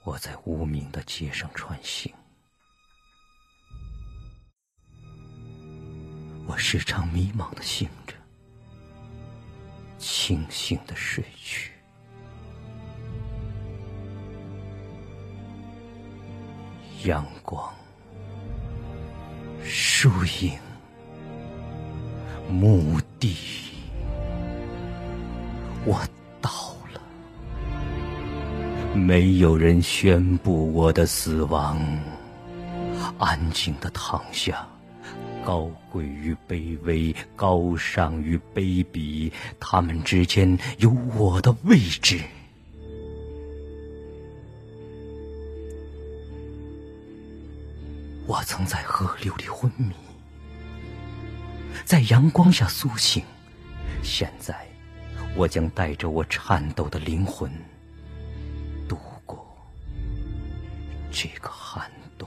我在无名的街上穿行，我时常迷茫地醒着，清醒地睡去。阳光、树影、墓地，我到了。没有人宣布我的死亡，安静地躺下，高贵与卑微，高尚与卑鄙，他们之间有我的位置。我曾在河流里昏迷，在阳光下苏醒，现在我将带着我颤抖的灵魂度过这个寒冬。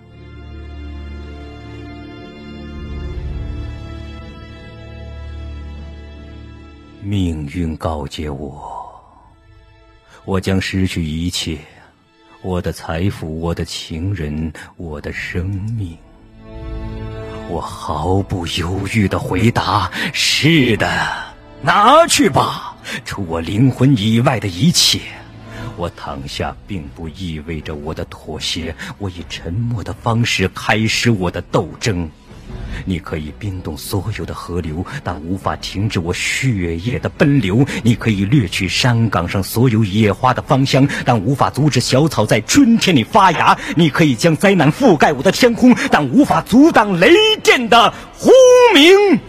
命运告诫我，我将失去一切，我的财富，我的情人，我的生命。我毫不犹豫地回答：是的，拿去吧，除我灵魂以外的一切。我躺下并不意味着我的妥协，我以沉默的方式开始我的斗争。你可以冰冻所有的河流，但无法停止我血液的奔流。你可以掠去山岗上所有野花的芳香，但无法阻止小草在春天里发芽。你可以将灾难覆盖我的天空，但无法阻挡雷电的轰鸣。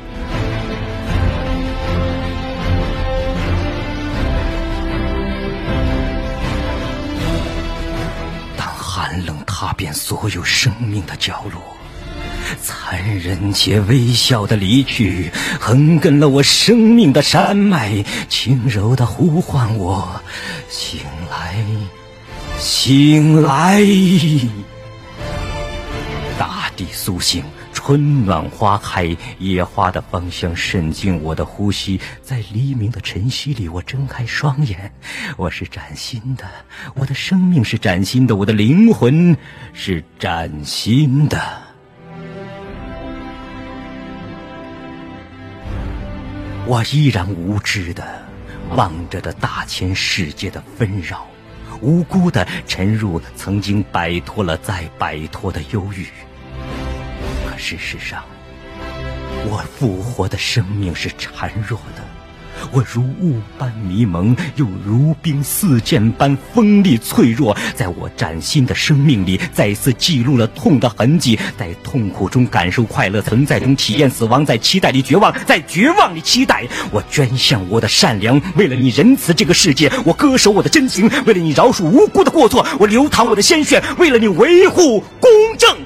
当寒冷踏遍所有生命的角落，残忍且微笑的离去，横亘了我生命的山脉，轻柔地呼唤我：醒来，醒来！大地苏醒，春暖花开，野花的芳香渗进我的呼吸。在黎明的晨曦里，我睁开双眼，我是崭新的，我的生命是崭新的，我的灵魂是崭新的。我依然无知地望着的大千世界的纷扰，无辜地沉入曾经摆脱了再摆脱的忧郁。可事实上，我复活的生命是孱弱的，我如雾般迷蒙，又如冰似箭般锋利脆弱。在我崭新的生命里，再一次记录了痛的痕迹，在痛苦中感受快乐，存在中体验死亡，在期待里绝望，在绝望里期待。我捐献我的善良，为了你仁慈这个世界；我割舍我的真情，为了你饶恕无辜的过错；我流淌我的鲜血，为了你维护公正。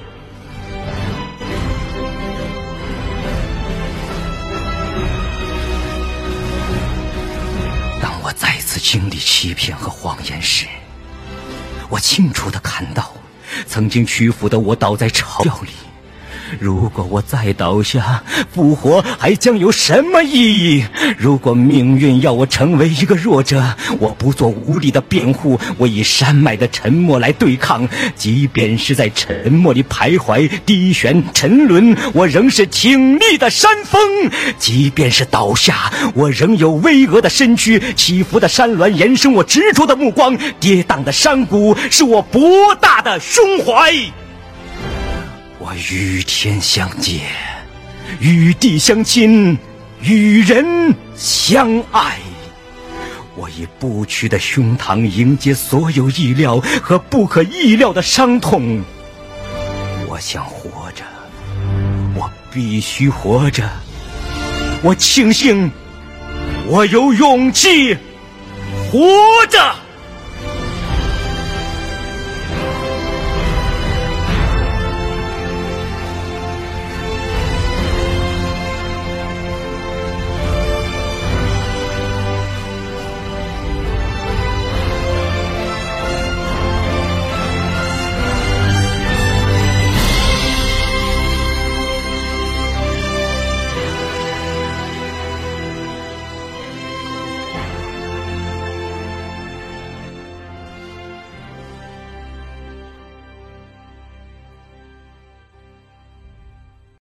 再次经历欺骗和谎言时，我清楚地看到，曾经屈服的我倒在嘲笑里。如果我再倒下，复活还将有什么意义？如果命运要我成为一个弱者，我不做无力的辩护，我以山脉的沉默来对抗。即便是在沉默里徘徊、低悬、沉沦，我仍是挺立的山峰。即便是倒下，我仍有巍峨的身躯，起伏的山峦延伸我执着的目光，跌宕的山谷是我博大的胸怀。我与天相接，与地相亲，与人相爱。我以不屈的胸膛迎接所有意料和不可意料的伤痛。我想活着，我必须活着。我庆幸我有勇气活着。